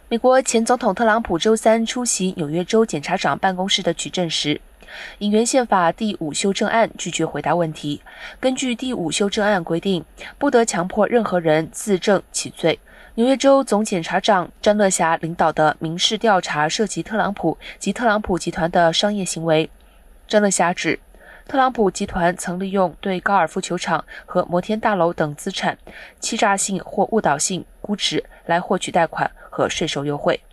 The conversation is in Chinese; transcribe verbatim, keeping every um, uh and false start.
美国前总统特朗普周三出席纽约州检察长办公室的取证时，引援宪法第五修正案拒绝回答问题。根据第五修正案规定，不得强迫任何人自证起罪。纽约州总检察长詹乐霞领导的民事调查涉及特朗普及特朗普集团的商业行为。詹乐霞指，特朗普集团曾利用对高尔夫球场和摩天大楼等资产欺诈性或误导性估值来获取贷款和税收优惠。